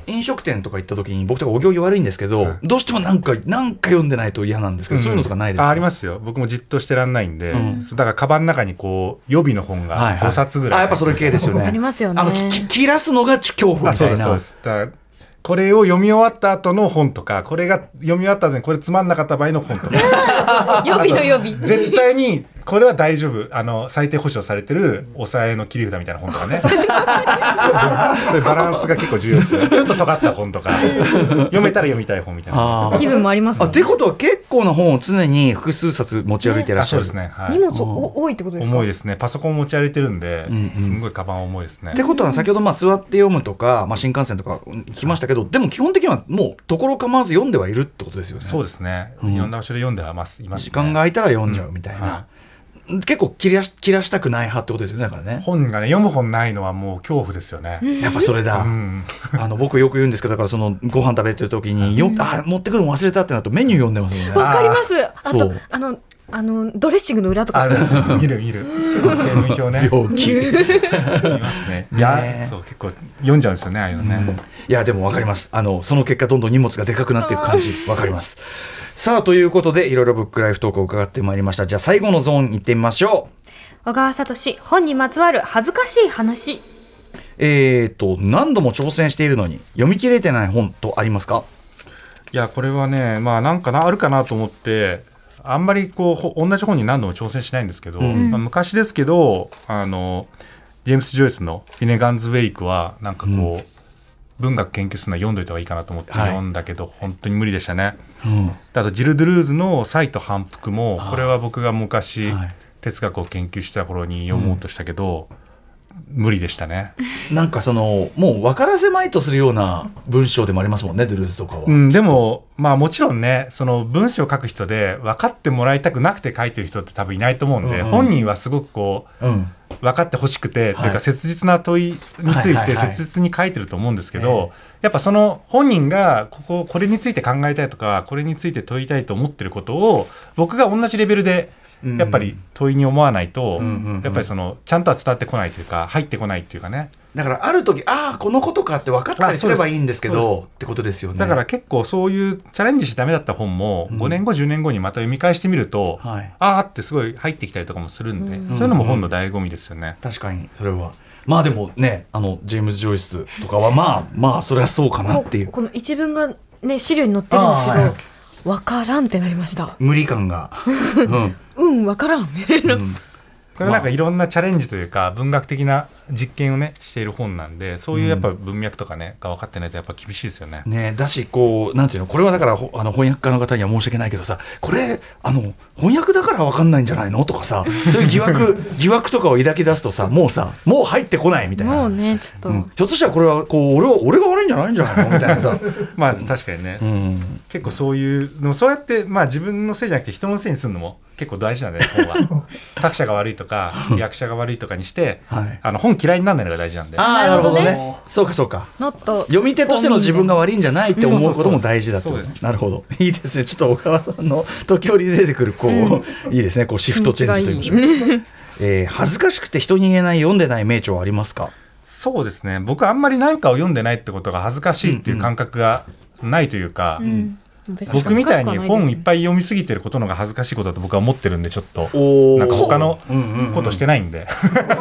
飲食店とか行った時に僕とかお行儀悪いんですけど、どうしてもなんか読んでないと嫌なんですけど、そういうのとかないですか？ ありますよ。僕もじっとしてらんないんで、だからカバンの中にこう予備の本が5冊ぐらい、 やっぱそれ系ですよね。 ありますよね。 切らすのが恐怖みたいな。 そうです。だからこれを読み終わった後の本とか、これが読み終わった後にこれつまんなかった場合の本とか予備の予備絶対にこれは大丈夫、最低保証されてる抑えの切り札みたいな本とかねそういうバランスが結構重要ですよね。ちょっと尖った本とか読めたら読みたい本みたいな気分もありますもんね。 ってことは結構な本を常に複数冊持ち歩いていらっしゃる。 そうですね、はい、 荷物多いってことですか？ 重いですね。パソコン持ち歩いてるんで、すごいカバン重いですね。 ってことは先ほど座って読むとか、新幹線とか聞きましたけど、でも基本的にはもうところ構わず読んではいるってことですよね。 そうですね、いろんな場所で読んではいます、ね、 時間が空いたら読んじゃうみたいな、結構切らしたくない派ってことですよね。だからね、 本がね、読む本ないのはもう恐怖ですよね。 やっぱそれだ、僕よく言うんですけど、だからそのご飯食べてる時に持ってくるの忘れたってなるとメニュー読んでますよね。 わかります。あとドレッシングの裏とか見る成分表ね病気見ますね。いや、そう結構読んじゃうんですよね、ああいうのね。 いやでも分かります。その結果どんどん荷物がでかくなっていく感じ分かります。さあということでいろいろブックライフトークを伺ってまいりました。じゃあ最後のゾーン行ってみましょう。小川聡本にまつわる恥ずかしい話。 何度も挑戦しているのに読み切れてない本とありますか？ いやこれはね、なんかあるかなと思ってあんまりこう同じ本に何度も挑戦しないんですけど、昔ですけどジェームス・ジョイスのフィネガンズ・ウェイクはなんかこう、文学研究するのは読んどいた方がいいかなと思って読んだけど、本当に無理でしたね。あとジル・ドゥルーズの才と反復も、これは僕が昔、哲学を研究した頃に読もうとしたけど、無理でしたね。 なんかもう分からせまいとするような文章でもありますもんね、ドゥルーズとかは。 でももちろんね、その文章を書く人で分かってもらいたくなくて書いてる人って多分いないと思うんで、本人はすごくこう、分かってほしくて、というか切実な問いについて切実に書いてると思うんですけど、やっぱその本人がこれについて考えたいとか、これについて問いたいと思ってることを僕が同じレベルでやっぱり問いに思わないと、やっぱりちゃんとは伝わってこないというか、入ってこないっていうかね。 だからある時このことかって分かったりすればいいんですけどってことですよね。 だから結構そういうチャレンジしてダメだった本も5年後10年後にまた読み返してみると、ってすごい入ってきたりとかもするんで、そういうのも本の醍醐味ですよね。 確かにそれはでもね、ジェームズ・ジョイスとかはそれはそうかなっていう、 この一文がね資料に載ってるんですけど、分からんってなりました。 無理感が分からんみたいな。 これなんかいろんなチャレンジというか文学的な実験をねしている本なんで、そういうやっぱ文脈とかねが分かってないとやっぱ厳しいですよね。 だしなんていうの、これはだから翻訳家の方には申し訳ないけどさ、これ翻訳だから分かんないんじゃないのとかさ、そういう疑惑とかを抱き出すとさ、もう入ってこないみたいな。 もうねちょっと、 ひょっとしたらこれは俺が悪いんじゃないんじゃないのみたいなさ確かにね、結構そういうの、そうやって自分のせいじゃなくて人のせいにするのも結構大事なんで、本は作者が悪いとか役者が悪いとかにして、本嫌いにならないのが大事なんで。 なるほどね。そうか読み手としての自分が悪いんじゃないって思うことも大事だと。なるほど、いいですね。ちょっと小川さんの時折出てくるいいですね、シフトチェンジといいましょう。恥ずかしくて人に言えない読んでない名著はありますか？ そうですね、僕あんまり何かを読んでないってことが恥ずかしいっていう感覚がないというか、僕みたいに本いっぱい読みすぎてることのが恥ずかしいことだと僕は思ってるんで、ちょっとなんか他のことしてないんで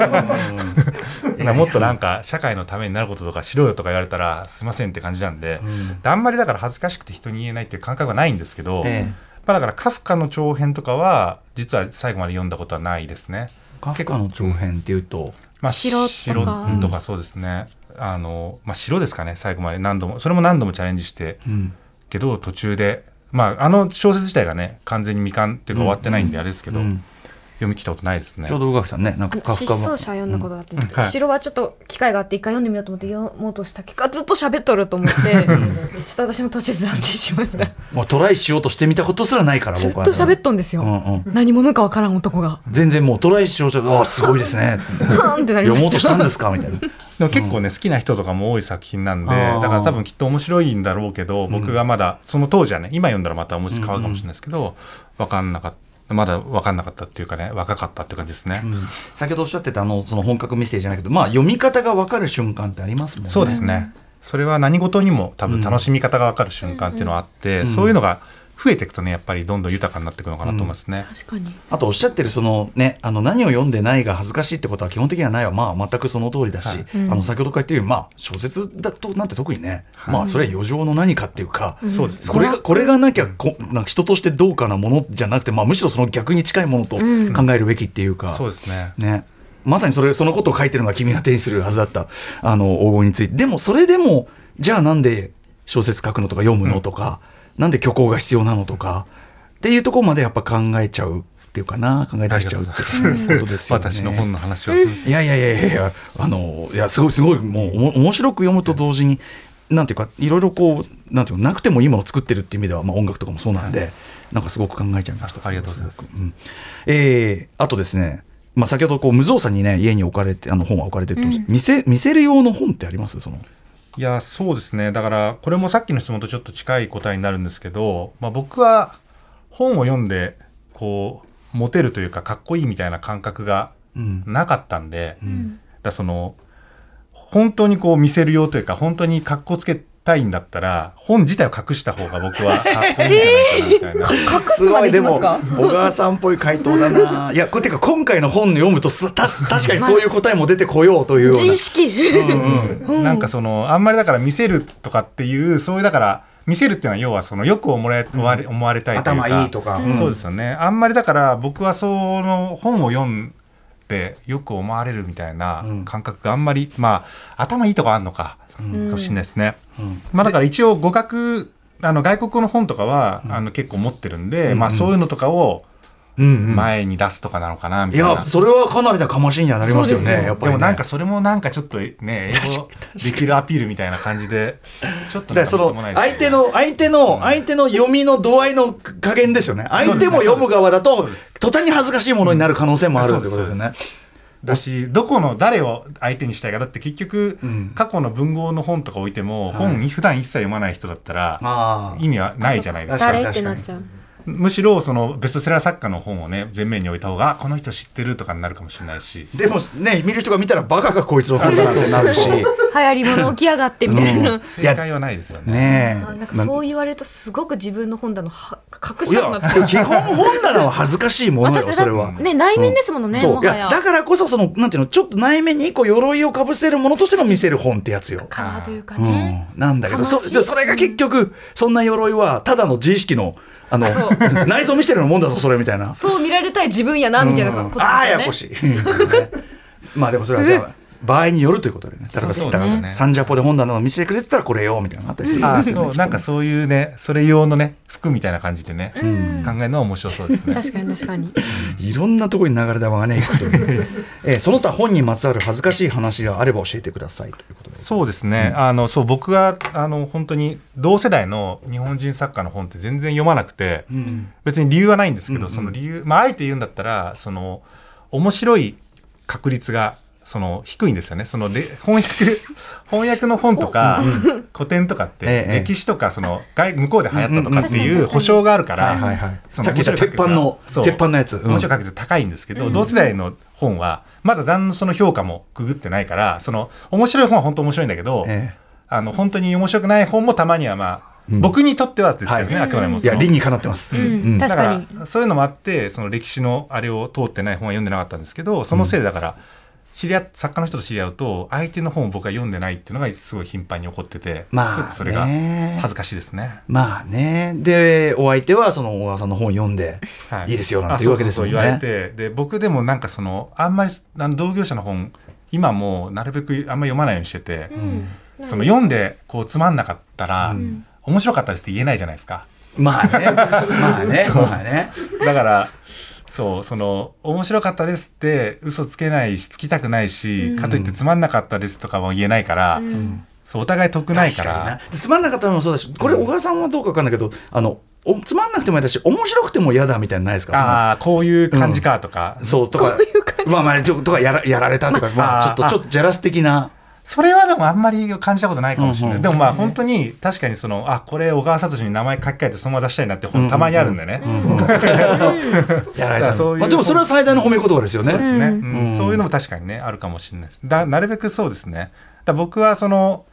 もっとなんか社会のためになることとかしろよとか言われたらすいませんって感じなんで、あんまりだから恥ずかしくて人に言えないっていう感覚はないんですけど、だからカフカの長編とかは実は最後まで読んだことはないですね。 カフカの長編っていうと城とかそうですね、城ですかね。最後までそれも何度もチャレンジして、けど途中で小説自体がね完全に未完っていうか終わってないんであれですけど、読み切ったことないですね。 ちょうど宇垣さんね、なんかカフカも失踪者は読んだことがあってんですけど、城はちょっと機会があって一回読んでみようと思って読もうとした結果ずっと喋っとると思ってちょっと私も途中で断定しました。 もうトライしようとしてみたことすらないから、 僕はずっと喋っとんですよ、何者かわからん男が全然もうトライしようとすごいですねってなりました。 読もうとしたんですかみたいな。 でも結構ね好きな人とかも多い作品なんで、だから多分きっと面白いんだろうけど、僕がまだその当時はね、今読んだらまた面白い変わるかもしれないですけど、まだ分かんなかったっていうかね、若かったっていう感じですね。 先ほどおっしゃってたその本格ミステリーじゃないけど、読み方が分かる瞬間ってありますもんね。 そうですね。 それは何事にも多分楽しみ方が分かる瞬間っていうのはあって、そういうのが増えていくとねやっぱりどんどん豊かになっていくのかなと思いますね。 確かに。 あとおっしゃってるそのね何を読んでないが恥ずかしいってことは基本的にはないはまあ全くその通りだし、先ほどから言ってるようにまあ小説だとなんて特にね、まあそれは余剰の何かっていうか、 そうですね。 これがなきゃなんか人としてどうかなものじゃなくて、まあむしろその逆に近いものと考えるべきっていうか、 そうですね。 ね。まさにそのことを書いてるのが君が手にするはずだった黄金について、でもそれでもじゃあなんで小説書くのとか読むのとか、なんで虚構が必要なのとかっていうところまでやっぱ考えちゃうっていうかな、考え出しちゃうっていうことですよね。 私の本の話をするんです。 いやすごいもう面白く読むと同時になんていうかいろいろこうなんていうかなくてもいいものを作ってるっていう意味では、まあ、音楽とかもそうなんで、なんかすごく考えちゃいました。 ありがとうございます。 あとですね、まあ、先ほどこう無造作にね家に置かれて本は置かれてると、見せる用の本ってあります？ いやそうですね。だからこれもさっきの質問とちょっと近い答えになるんですけど、まあ、僕は本を読んでこうモテるというかかっこいいみたいな感覚がなかったんで、だその本当にこう見せる用というか本当にかっこつけたいんだったら本自体を隠した方が僕はかっこいいんじゃないかなみたいな、 隠すまでいきますか？ 小川さんっぽい回答だな。いやてか今回の本読むと確かにそういう答えも出てこようというような自意識なんかそのあんまりだから見せるとかっていうそういうだから見せるっていうのは要はそのよく思われたいというか、 頭いいとか、 そうですよね。あんまりだから僕はその本を読んでよく思われるみたいな感覚があんまり、まあ頭いいとかあるのかもしれないですね。まあだから一応外国語の本とかは結構持ってるんで、まあそういうのとかを前に出すとかなのかなみたいな。 いやそれはかなりなかましにはなりますよね。やっぱりね。 でもなんかそれもなんかちょっとね英語できるアピールみたいな感じでちょっとなんかその相手の読みの度合いの加減ですよね。相手も読む側だと途端に恥ずかしいものになる可能性もあるってことですよね。 だしどこの誰を相手にしたいか、だって結局、過去の文豪の本とか置いても、本に普段一切読まない人だったら意味はないじゃないですか。 誰ってなっちゃう。 むしろそのベストセラー作家の本をね前面に置いた方がこの人知ってるとかになるかもしれないし、 でもね見る人が見たらバカがこいつの本だなってなるし流行り物起き上がってみたいな、 正解はないですよね。 ねなんかそう言われるとすごく自分の本棚隠したくなってくる。 基本本棚は恥ずかしいものよそれは。 ね内面ですものね。もはやだからこそそのなんていうのちょっと内面に一個鎧をかぶせるものとしての見せる本ってやつよ。 カラーというかね。 なんだけどそれが結局そんな鎧はただの自意識の内臓見せてるのもんだぞそれみたいな。 そう見られたい自分やなみたいなことですよね。 ああややこしい。まあでもそれはじゃあ場合によるということでね。だからサンジャポで本棚を見せてくれてたらこれよみたいなのあったりする。 そうなんかそういうねそれ用のね服みたいな感じでね考えるのは面白そうですね。 確かに確かに。 いろんなところに流れ玉がねいくというその他本にまつわる恥ずかしい話があれば教えてくださいということで。 そうですね。そう僕は本当に同世代の日本人作家の本って全然読まなくて、別に理由はないんですけど、その理由あえて言うんだったらその面白い確率がその低いんですよね。その翻訳の本とか古典とかって歴史とかその向こうで流行ったとかっていう保証があるから、 さっき言った鉄板のやつ面白い確率高いんですけど、同世代の本はまだ何のその評価もくぐってないから、その面白い本は本当面白いんだけど、本当に面白くない本もたまにはまあ僕にとってはですけどね、あくまでもいや理にかなってます。 だからそういうのもあってその歴史のあれを通ってない本は読んでなかったんですけど、そのせいでだから作家の人と知り合うと相手の本を僕は読んでないっていうのがすごい頻繁に起こってて、すごくそれが恥ずかしいですね。 まあね。でお相手はその小川さんの本を読んでいいですよなんていうわけですよね。 そう言われて、で僕でもなんかそのあんまり同業者の本今もうなるべくあんまり読まないようにしてて、その読んでこうつまんなかったら、面白かったですって言えないじゃないですか。 まあねまあねだからその面白かったですって嘘つけないしつきたくないし、かといってつまんなかったですとかも言えないから、そうお互い得ないから。 つまんなかったのもそうだし、これ小川さんはどうか分かんないけどつまんなくても嫌だし面白くても嫌だみたいなのないですか？ こういう感じかとか、 そうとかとかやられたとか、ちょっとジェラス的な。 それはでもあんまり感じたことないかもしれない。でもまあ本当に確かにそのこれ小川聡に名前書き換えてそのまま出したいなって本たまにあるんでね。 やられた。でもそれは最大の褒め言葉ですよね。 そうですね。そういうのも確かにねあるかもしれないです。なるべくそうですね。僕はその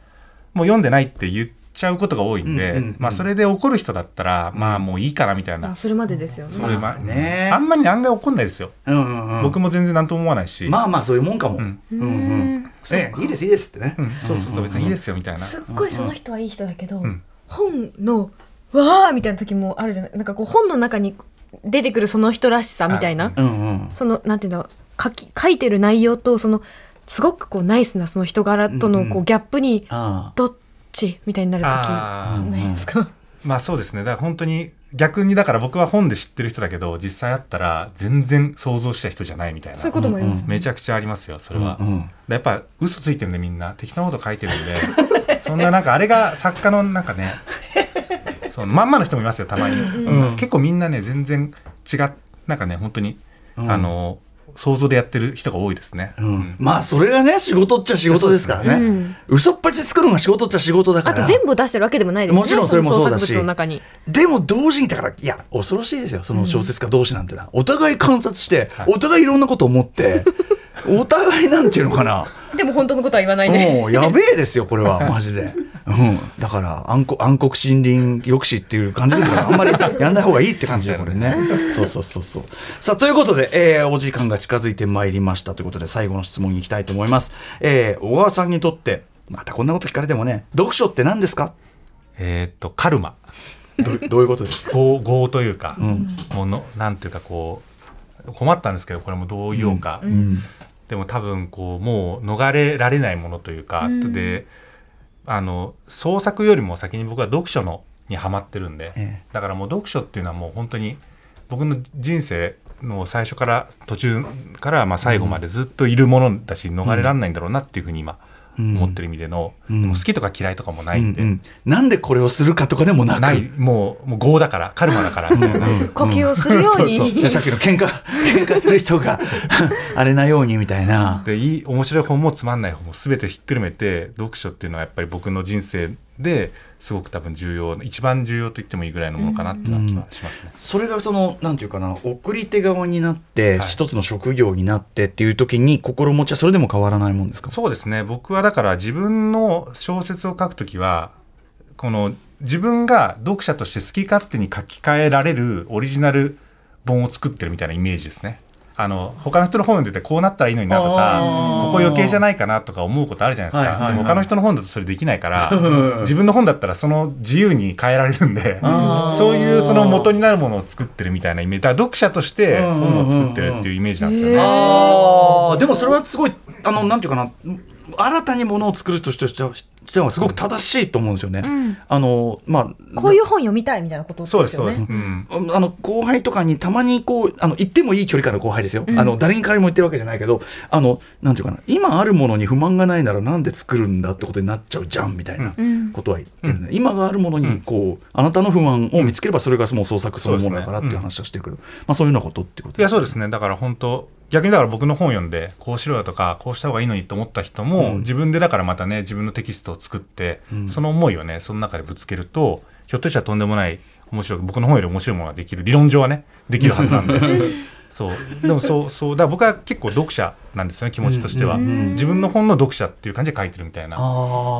もう読んでないって言っちゃうことが多いんで、まあそれで怒る人だったら、まあもういいかなみたいな。 それまでですよね。 それね、あんまり案外怒んないですよ。僕も全然何とも思わないし。 まあまあそういうもんかも。いいですいいですってね。 そう別にいいですよみたいな。 すっごいその人はいい人だけど、本のわーみたいな時もあるじゃない。なんかこう本の中に出てくるその人らしさみたいな、そのなんていうの、書いてる内容とそのすごくこうナイスなその人柄とのこうギャップにどっちみたいになる時ないですか？ まあそうですね。だから本当に逆にだから僕は本で知ってる人だけど実際会ったら全然想像した人じゃないみたいな。 そういうこともあります、 めちゃくちゃありますよそれは。やっぱ嘘ついてるんでみんな適当なこと書いてるんでそんななんかあれが作家のなんかねそのまんまの人もいますよたまに。結構みんなね全然なんかね本当に想像でやってる人が多いですね。 まあそれがね仕事っちゃ仕事ですからね。嘘っぱちで作るのが仕事っちゃ仕事だから。 あと全部出してるわけでもないですね。 もちろんそれもそうだし。 でも同時にだからいや恐ろしいですよその小説家同士なんてな。お互い観察してお互いいろんなこと思ってお互いなんていうのかな。 でも本当のことは言わないね。 もうやべえですよこれはマジで。だから暗黒森林抑止っていう感じですからあんまりやんない方がいいって感じだよこれね。そうさあということで、お時間が近づいてまいりましたということで最後の質問に行きたいと思います。小川さんにとってまたこんなこと聞かれてもね読書って何ですか？ カルマどういうことですか？ 業というか、ものなんていうかこう困ったんですけどこれもどう言おうか、でも多分こうもう逃れられないものというか、で創作よりも先に僕は読書にハマってるんで、だからもう読書っていうのはもう本当に僕の人生の最初から途中からまあ最後までずっといるものだし、逃れられないんだろうなっていうふうに今思ってる意味での、でも好きとか嫌いとかもないんで、 なんでこれをするかとかでもなくないもう業だからカルマだからみたいな呼吸をするようにさっきの喧嘩する人があれなようにみたいなで面白い本もつまんない本も全てひっくるめて読書っていうのはやっぱり僕の人生ですごく多分一番重要と言ってもいいぐらいのものかなっていう気はしますね。 それがそのなんていうかな送り手側になって一つの職業になってっていう時に心持ちはそれでも変わらないもんですか？ そうですね。僕はだから自分の小説を書くときはこの自分が読者として好き勝手に書き換えられるオリジナル本を作ってるみたいなイメージですね。他の人の本読んでてこうなったらいいのになとかここ余計じゃないかなとか思うことあるじゃないですか。でも他の人の本だとそれできないから自分の本だったらその自由に変えられるんでそういうその元になるものを作ってるみたいなイメージだから読者として本を作ってるっていうイメージなんですよね。 でもそれはすごいなんていうかな新たにものを作るとしてはすごく正しいと思うんですよね。こういう本読みたいみたいなことですよね。 そうです。 後輩とかにたまにこう行ってもいい距離から後輩ですよ。誰に彼も言ってるわけじゃないけどなんていうかな今あるものに不満がないならなんで作るんだってことになっちゃうじゃんみたいなことは言ってるね。今があるものにこうあなたの不満を見つければそれがもう創作そのものだからっていう話はしてくる。そういうようなことってことです。 いやそうですね。だから本当逆にだから僕の本読んでこうしろよとかこうした方がいいのにと思った人も、自分でだからまたね自分のテキストを作って、その思いをねその中でぶつけるとひょっとしたらとんでもない僕の本より面白いものができる理論上はねできるはずなんででもそうだから僕は結構読者なんですよね気持ちとしては、自分の本の読者っていう感じで書いてるみたいな。なん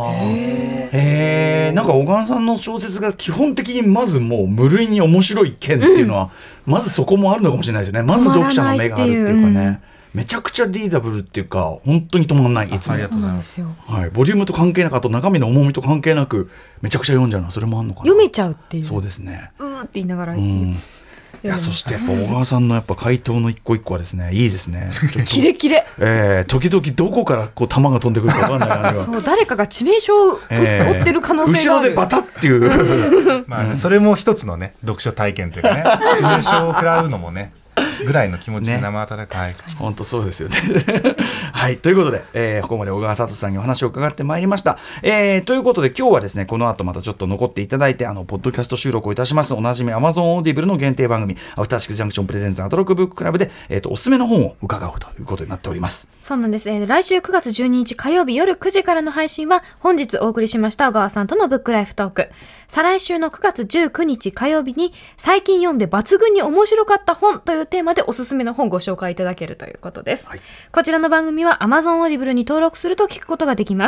か小川さんの小説が基本的にまずもう無類に面白い件っていうのは、まずそこもあるのかもしれないですよね。まず読者の目があるっていうかね、めちゃくちゃリーダブルっていうか本当に止まらない。いつもありがとうございます。 ボリュームと関係なくあと中身の重みと関係なくめちゃくちゃ読んじゃうのはそれもあるのかな。 読めちゃうっていう。 そうですね。 って言いながらそして小川さんのやっぱ回答の一個一個はですねいいですね。 キレキレ。 時々どこからこう弾が飛んでくるか分かんないそう誰かが致命傷を負ってる可能性がある。 後ろでバタッっていうそれも一つのね読書体験というかね致命傷を食らうのもねぐらいの気持ちで生温かい、 本当そうですよねはいということで、ここまで小川聡さんにお話を伺ってまいりました。ということで今日はですねこの後またちょっと残っていただいてポッドキャスト収録をいたしますおなじみ Amazon オーディブルの限定番組アフターシックスジャンクションプレゼンツアトロックブッククラブで、おすすめの本を伺うということになっております。 そうなんです、来週9月12日火曜日夜9時からの配信は本日お送りしました小川さんとのブックライフトーク、再来週の9月19日火曜日に最近読んで抜群に面白かった本というテーマでおすすめの本をご紹介いただけるということです、こちらの番組は Amazon オーディブルに登録すると聞くことができます。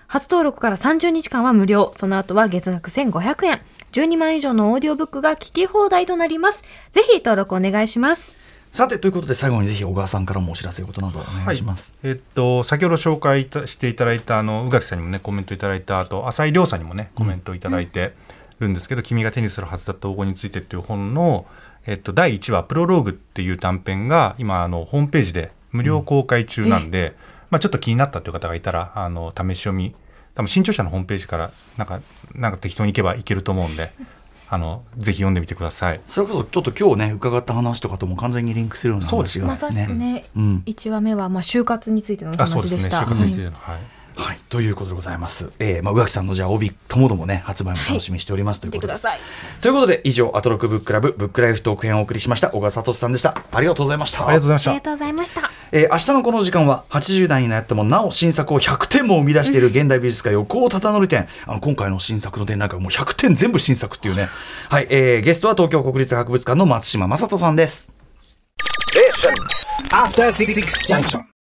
初登録から30日間は無料。その後は月額1500円。12万以上のオーディオブックが聞き放題となります。ぜひ登録お願いします。 さてということで最後にぜひ小川さんからもお知らせことなどお願いします。 先ほど紹介していただいた宇垣さんにもねコメントいただいた後、浅井亮さんにもねコメントいただいてるんですけど、君が手にするはずだった黄金についてっていう本の、第1話プロローグっていう短編が今ホームページで無料公開中なんで、ちょっと気になったという方がいたら試し読み、多分新潮社のホームページからなんか適当に行けばいけると思うんでぜひ読んでみてください。 それこそちょっと今日ね伺った話とかとも完全にリンクするような話が、 まさしくね、1話目は就活についてのお話でした。 就活についての、 はい、ということでございます。宇垣さんのじゃあ帯ともどもね発売も楽しみにしております、ということで。ということで以上アトロックブッククラブブックライフトーク編をお送りしました。小川聡さんでした。ありがとうございました。 ありがとうございました。 明日のこの時間は80代になってもなお新作を100点も生み出している現代美術家横尾忠則展、今回の新作の展覧会もう100点全部新作っていうね。はい、ゲストは東京国立博物館の松島正人さんです。